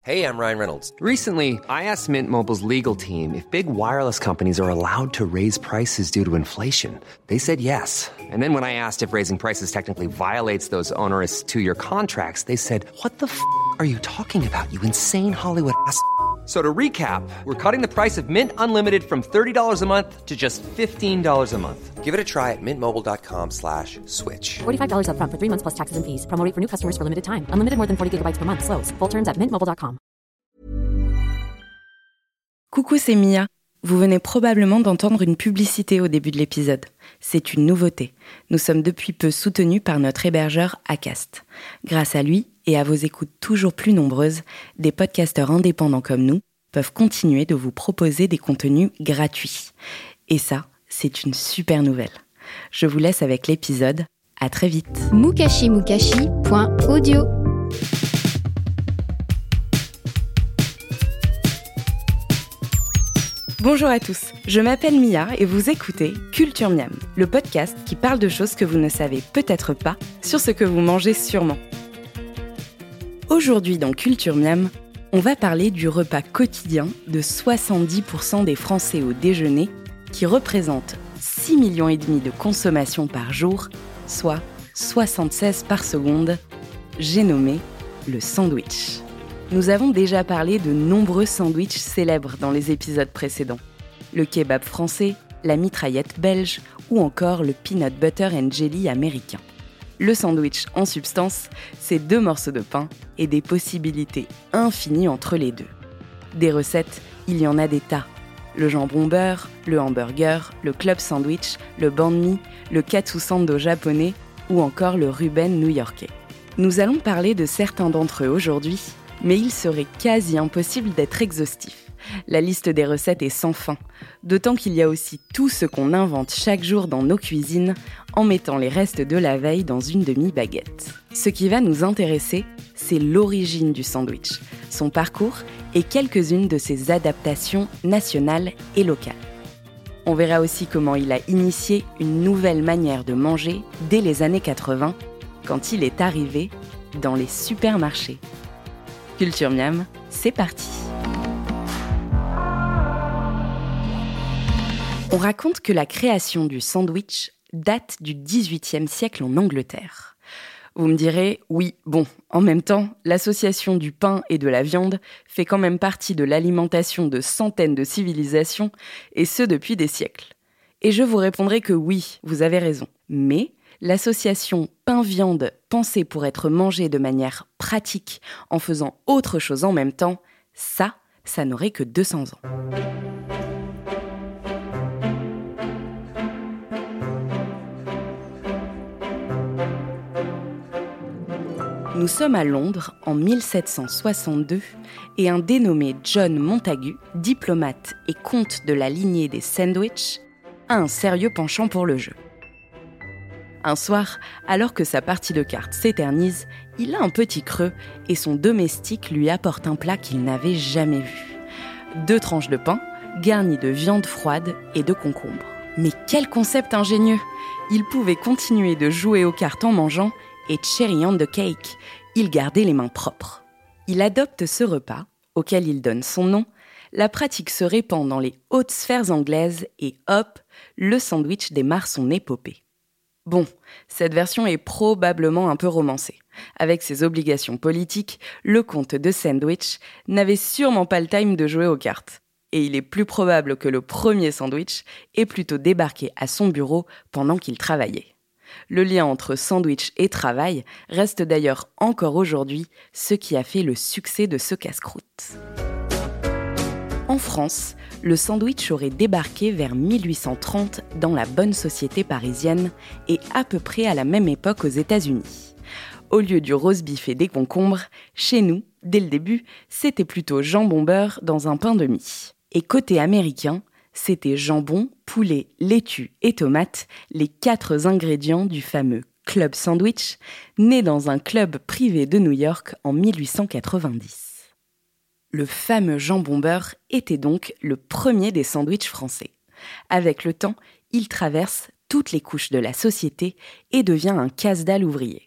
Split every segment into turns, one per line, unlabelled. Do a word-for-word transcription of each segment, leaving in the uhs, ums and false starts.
Hey, I'm Ryan Reynolds. Recently, I asked Mint Mobile's legal team if big wireless companies are allowed to raise prices due to inflation. They said yes. And then when I asked if raising prices technically violates those onerous two-year contracts, they said, what the f*** are you talking about, you insane Hollywood ass f- So to recap, we're cutting the price of Mint Unlimited from thirty dollars a month to just fifteen dollars a month. Give it a try at mintmobile.com slash switch.
forty-five dollars up front for three months plus taxes and fees. Promo rate for new customers for limited time. Unlimited more than forty gigabytes per month. Slows full terms at mint mobile dot com.
Coucou, c'est Mia. Vous venez probablement d'entendre une publicité au début de l'épisode. C'est une nouveauté. Nous sommes depuis peu soutenus par notre hébergeur Acast. Grâce à lui et à vos écoutes toujours plus nombreuses, des podcasteurs indépendants comme nous peuvent continuer de vous proposer des contenus gratuits. Et ça, c'est une super nouvelle. Je vous laisse avec l'épisode. À très vite.
mukashi mukashi point audio
Bonjour à tous, je m'appelle Mia et vous écoutez Culture Miam, le podcast qui parle de choses que vous ne savez peut-être pas sur ce que vous mangez sûrement. Aujourd'hui dans Culture Miam, on va parler du repas quotidien de soixante-dix pour cent des Français au déjeuner qui représente six millions et demi de consommation par jour, soit soixante-seize par seconde. J'ai nommé le sandwich. Nous avons déjà parlé de nombreux sandwichs célèbres dans les épisodes précédents. Le kebab français, la mitraillette belge ou encore le peanut butter and jelly américain. Le sandwich, en substance, c'est deux morceaux de pain et des possibilités infinies entre les deux. Des recettes, il y en a des tas. Le jambon beurre, le hamburger, le club sandwich, le banh mi, le katsu sando japonais ou encore le Reuben new-yorkais. Nous allons parler de certains d'entre eux aujourd'hui, mais il serait quasi impossible d'être exhaustif. La liste des recettes est sans fin, d'autant qu'il y a aussi tout ce qu'on invente chaque jour dans nos cuisines en mettant les restes de la veille dans une demi-baguette. Ce qui va nous intéresser, c'est l'origine du sandwich, son parcours et quelques-unes de ses adaptations nationales et locales. On verra aussi comment il a initié une nouvelle manière de manger dès les années quatre-vingts, quand il est arrivé dans les supermarchés. Culture Miam, c'est parti. On raconte que la création du sandwich date du dix-huitième siècle en Angleterre. Vous me direz, oui, bon, en même temps, l'association du pain et de la viande fait quand même partie de l'alimentation de centaines de civilisations, et ce depuis des siècles. Et je vous répondrai que oui, vous avez raison. Mais l'association pain-viande pensée pour être mangée de manière pratique en faisant autre chose en même temps, ça, ça n'aurait que deux cents ans. Nous sommes à Londres en mille sept cent soixante-deux et un dénommé John Montagu, diplomate et comte de la lignée des Sandwich, a un sérieux penchant pour le jeu. Un soir, alors que sa partie de cartes s'éternise, il a un petit creux et son domestique lui apporte un plat qu'il n'avait jamais vu. Deux tranches de pain, garnies de viande froide et de concombres. Mais quel concept ingénieux! Il pouvait continuer de jouer aux cartes en mangeant et cherry on the cake, il gardait les mains propres. Il adopte ce repas, auquel il donne son nom. La pratique se répand dans les hautes sphères anglaises et hop, le sandwich démarre son épopée. Bon, cette version est probablement un peu romancée. Avec ses obligations politiques, le comte de Sandwich n'avait sûrement pas le time de jouer aux cartes. Et il est plus probable que le premier sandwich ait plutôt débarqué à son bureau pendant qu'il travaillait. Le lien entre sandwich et travail reste d'ailleurs encore aujourd'hui ce qui a fait le succès de ce casse-croûte. En France, le sandwich aurait débarqué vers mille huit cent trente dans la bonne société parisienne et à peu près à la même époque aux États-Unis. Au lieu du roast beef et des concombres, chez nous, dès le début, c'était plutôt jambon beurre dans un pain de mie. Et côté américain, c'était jambon, poulet, laitue et tomates, les quatre ingrédients du fameux club sandwich, né dans un club privé de New York en mille huit cent quatre-vingt-dix. Le fameux jambon beurre était donc le premier des sandwichs français. Avec le temps, il traverse toutes les couches de la société et devient un casse-dalle ouvrier.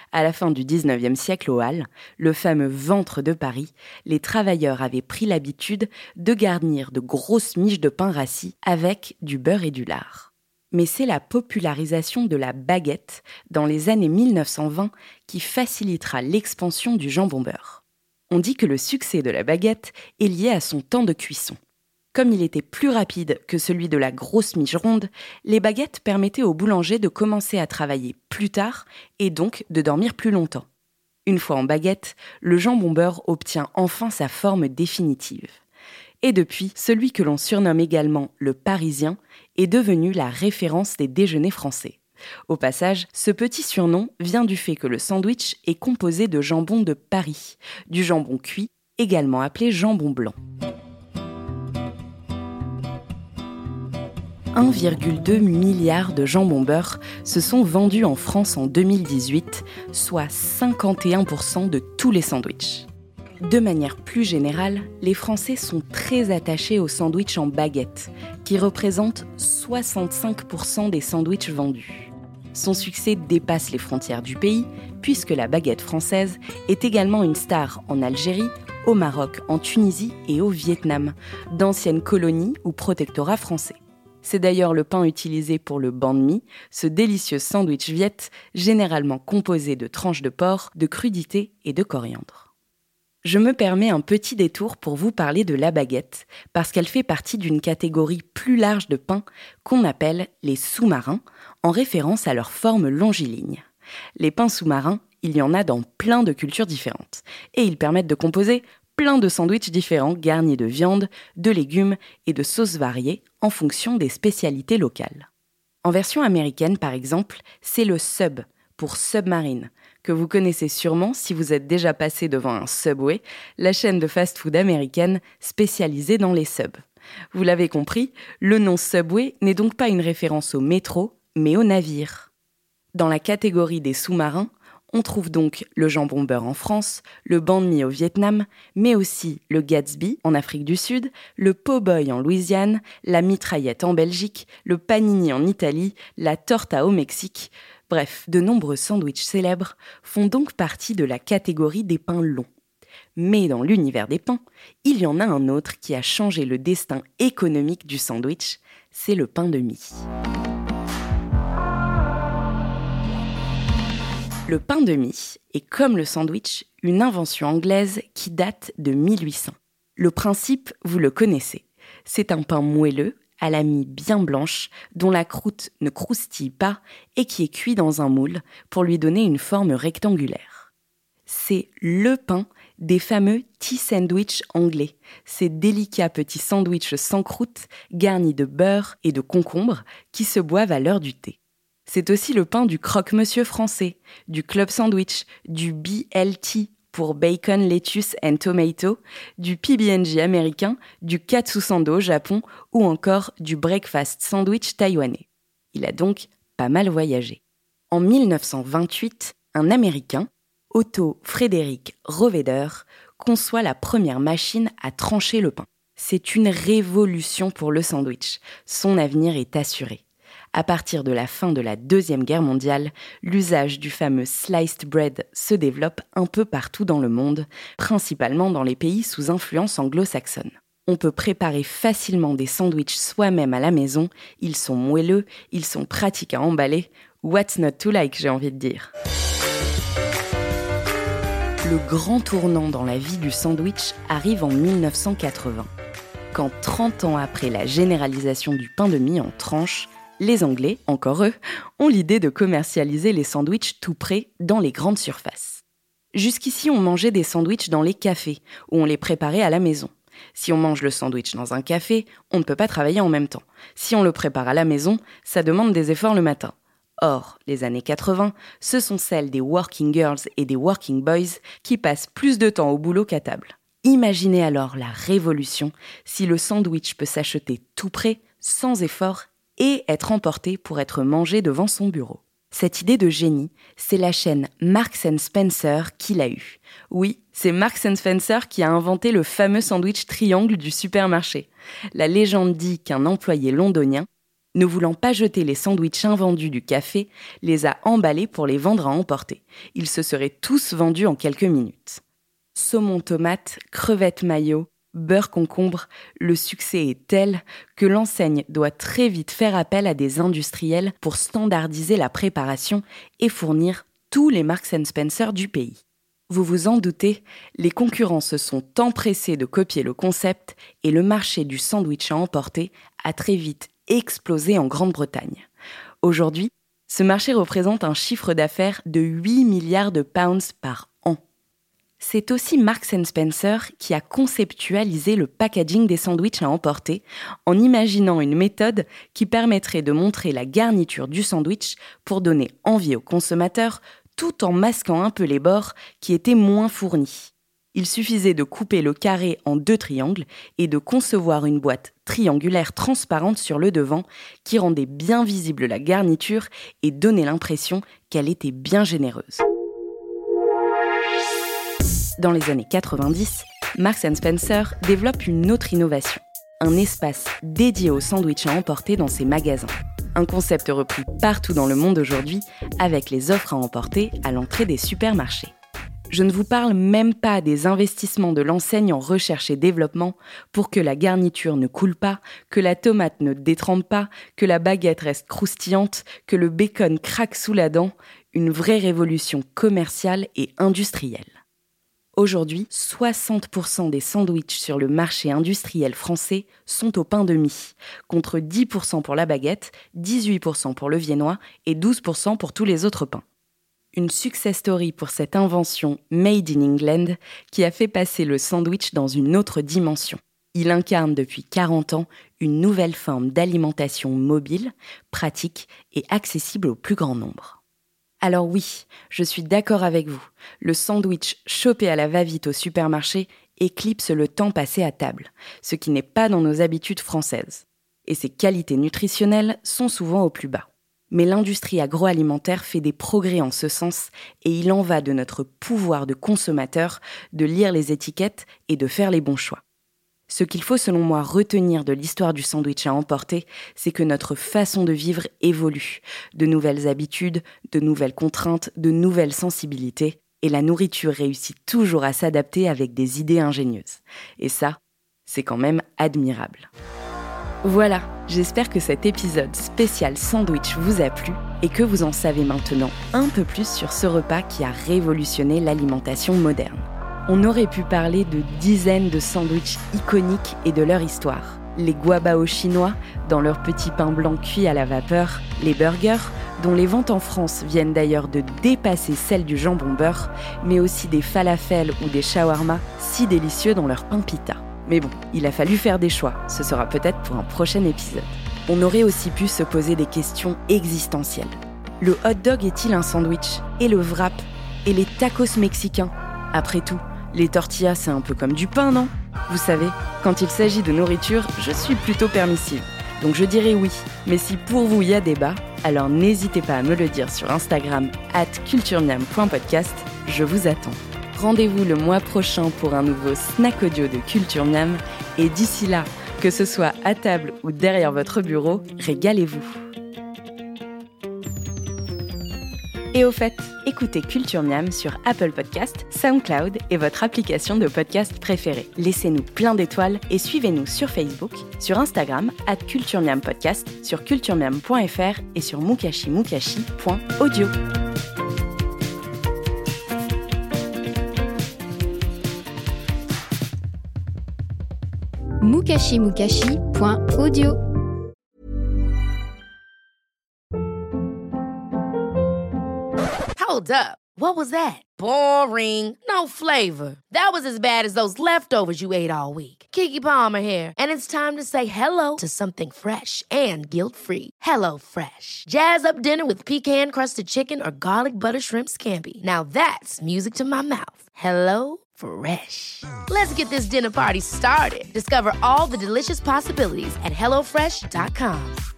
À la fin du dix-neuvième siècle aux Halles, le fameux ventre de Paris, les travailleurs avaient pris l'habitude de garnir de grosses miches de pain rassis avec du beurre et du lard. Mais c'est la popularisation de la baguette dans les années mille neuf cent vingt qui facilitera l'expansion du jambon-beurre. On dit que le succès de la baguette est lié à son temps de cuisson. Comme il était plus rapide que celui de la grosse miche ronde, les baguettes permettaient aux boulangers de commencer à travailler plus tard et donc de dormir plus longtemps. Une fois en baguette, le jambon-beurre obtient enfin sa forme définitive. Et depuis, celui que l'on surnomme également le Parisien est devenu la référence des déjeuners français. Au passage, ce petit surnom vient du fait que le sandwich est composé de jambon de Paris, du jambon cuit, également appelé jambon blanc. un virgule deux milliard de jambon-beurre se sont vendus en France en deux mille dix-huit, soit cinquante et un pour cent de tous les sandwichs. De manière plus générale, les Français sont très attachés aux sandwichs en baguette, qui représentent soixante-cinq pour cent des sandwichs vendus. Son succès dépasse les frontières du pays, puisque la baguette française est également une star en Algérie, au Maroc, en Tunisie et au Vietnam, d'anciennes colonies ou protectorats français. C'est d'ailleurs le pain utilisé pour le banh mi, ce délicieux sandwich viet, généralement composé de tranches de porc, de crudités et de coriandre. Je me permets un petit détour pour vous parler de la baguette, parce qu'elle fait partie d'une catégorie plus large de pains qu'on appelle les sous-marins, en référence à leur forme longiligne. Les pains sous-marins, il y en a dans plein de cultures différentes, et ils permettent de composer plein de sandwichs différents garnis de viande, de légumes et de sauces variées en fonction des spécialités locales. En version américaine, par exemple, c'est le sub, pour Submarine, que vous connaissez sûrement si vous êtes déjà passé devant un Subway, la chaîne de fast-food américaine spécialisée dans les subs. Vous l'avez compris, le nom Subway n'est donc pas une référence au métro, mais au navire. Dans la catégorie des sous-marins, on trouve donc le jambon beurre en France, le banh mi au Vietnam, mais aussi le Gatsby en Afrique du Sud, le po' boy en Louisiane, la mitraillette en Belgique, le panini en Italie, la torta au Mexique. Bref, de nombreux sandwichs célèbres font donc partie de la catégorie des pains longs. Mais dans l'univers des pains, il y en a un autre qui a changé le destin économique du sandwich, c'est le pain de mie. Le pain de mie est, comme le sandwich, une invention anglaise qui date de mille huit cents. Le principe, vous le connaissez. C'est un pain moelleux, à la mie bien blanche, dont la croûte ne croustille pas et qui est cuit dans un moule pour lui donner une forme rectangulaire. C'est le pain des fameux tea sandwich anglais, ces délicats petits sandwichs sans croûte, garnis de beurre et de concombre qui se boivent à l'heure du thé. C'est aussi le pain du croque-monsieur français, du club sandwich, du B L T pour bacon, lettuce and tomato, du P B and J américain, du katsusando au Japon ou encore du breakfast sandwich taïwanais. Il a donc pas mal voyagé. En mille neuf cent vingt-huit, un Américain, Otto Frédéric Roeder, conçoit la première machine à trancher le pain. C'est une révolution pour le sandwich. Son avenir est assuré. À partir de la fin de la Deuxième Guerre mondiale, l'usage du fameux sliced bread se développe un peu partout dans le monde, principalement dans les pays sous influence anglo-saxonne. On peut préparer facilement des sandwichs soi-même à la maison, ils sont moelleux, ils sont pratiques à emballer. What's not to like, j'ai envie de dire. Le grand tournant dans la vie du sandwich arrive en mille neuf cent quatre-vingts, quand trente ans après la généralisation du pain de mie en tranches, les Anglais, encore eux, ont l'idée de commercialiser les sandwichs tout prêts dans les grandes surfaces. Jusqu'ici, on mangeait des sandwichs dans les cafés, où on les préparait à la maison. Si on mange le sandwich dans un café, on ne peut pas travailler en même temps. Si on le prépare à la maison, ça demande des efforts le matin. Or, les années quatre-vingts, ce sont celles des working girls et des working boys qui passent plus de temps au boulot qu'à table. Imaginez alors la révolution si le sandwich peut s'acheter tout prêt, sans effort, et être emporté pour être mangé devant son bureau. Cette idée de génie, c'est la chaîne Marks and Spencer qui l'a eue. Oui, c'est Marks and Spencer qui a inventé le fameux sandwich triangle du supermarché. La légende dit qu'un employé londonien, Ne voulant pas jeter les sandwichs invendus du café, les a emballés pour les vendre à emporter. Ils se seraient tous vendus en quelques minutes. Saumon tomate, crevettes mayo, beurre concombre, le succès est tel que l'enseigne doit très vite faire appel à des industriels pour standardiser la préparation et fournir tous les Marks and Spencer du pays. Vous vous en doutez, les concurrents se sont empressés de copier le concept et le marché du sandwich à emporter a très vite explosé en Grande-Bretagne. Aujourd'hui, ce marché représente un chiffre d'affaires de huit milliards de pounds par an. C'est aussi Marks and Spencer qui a conceptualisé le packaging des sandwichs à emporter en imaginant une méthode qui permettrait de montrer la garniture du sandwich pour donner envie aux consommateurs tout en masquant un peu les bords qui étaient moins fournis. Il suffisait de couper le carré en deux triangles et de concevoir une boîte triangulaire transparente sur le devant qui rendait bien visible la garniture et donnait l'impression qu'elle était bien généreuse. Dans les années quatre-vingt-dix, Marks and Spencer développe une autre innovation, un espace dédié aux sandwichs à emporter dans ses magasins. Un concept repris partout dans le monde aujourd'hui avec les offres à emporter à l'entrée des supermarchés. Je ne vous parle même pas des investissements de l'enseigne en recherche et développement pour que la garniture ne coule pas, que la tomate ne détrempe pas, que la baguette reste croustillante, que le bacon craque sous la dent, une vraie révolution commerciale et industrielle. Aujourd'hui, soixante pour cent des sandwichs sur le marché industriel français sont au pain de mie, contre dix pour cent pour la baguette, dix-huit pour cent pour le viennois et douze pour cent pour tous les autres pains. Une success story pour cette invention Made in England qui a fait passer le sandwich dans une autre dimension. Il incarne depuis quarante ans une nouvelle forme d'alimentation mobile, pratique et accessible au plus grand nombre. Alors oui, je suis d'accord avec vous, le sandwich chopé à la va-vite au supermarché éclipse le temps passé à table, ce qui n'est pas dans nos habitudes françaises. Et ses qualités nutritionnelles sont souvent au plus bas. Mais l'industrie agroalimentaire fait des progrès en ce sens et il en va de notre pouvoir de consommateur de lire les étiquettes et de faire les bons choix. Ce qu'il faut selon moi retenir de l'histoire du sandwich à emporter, c'est que notre façon de vivre évolue. De nouvelles habitudes, de nouvelles contraintes, de nouvelles sensibilités. Et la nourriture réussit toujours à s'adapter avec des idées ingénieuses. Et ça, c'est quand même admirable. Voilà, j'espère que cet épisode spécial sandwich vous a plu et que vous en savez maintenant un peu plus sur ce repas qui a révolutionné l'alimentation moderne. On aurait pu parler de dizaines de sandwichs iconiques et de leur histoire. Les guabao chinois, dans leur petit pain blanc cuit à la vapeur, les burgers, dont les ventes en France viennent d'ailleurs de dépasser celles du jambon beurre, mais aussi des falafels ou des shawarma si délicieux dans leur pain pita. Mais bon, il a fallu faire des choix, ce sera peut-être pour un prochain épisode. On aurait aussi pu se poser des questions existentielles. Le hot dog est-il un sandwich ? Et le wrap ? Et les tacos mexicains ? Après tout, les tortillas, c'est un peu comme du pain, non ? Vous savez, quand il s'agit de nourriture, je suis plutôt permissive. Donc je dirais oui. Mais si pour vous il y a débat, alors n'hésitez pas à me le dire sur Instagram arobase culturemiam point podcast. Je vous attends. Rendez-vous le mois prochain pour un nouveau snack audio de Culture Miam. Et d'ici là, que ce soit à table ou derrière votre bureau, régalez-vous. Et au fait, écoutez Culture Miam sur Apple Podcast, SoundCloud et votre application de podcast préférée. Laissez-nous plein d'étoiles et suivez-nous sur Facebook, sur Instagram, arobase culturemiam podcast, sur culturemiam point f r et sur mukashi point audio.
mukashi point audio.
Hold up. What was that? Boring. No flavor. That was as bad as those leftovers you ate all week. Keke Palmer here, and it's time to say hello to something fresh and guilt-free. Hello Fresh. Jazz up dinner with pecan-crusted chicken or garlic butter shrimp scampi. Now that's music to my mouth. Hello Fresh. Let's get this dinner party started. Discover all the delicious possibilities at hello fresh dot com.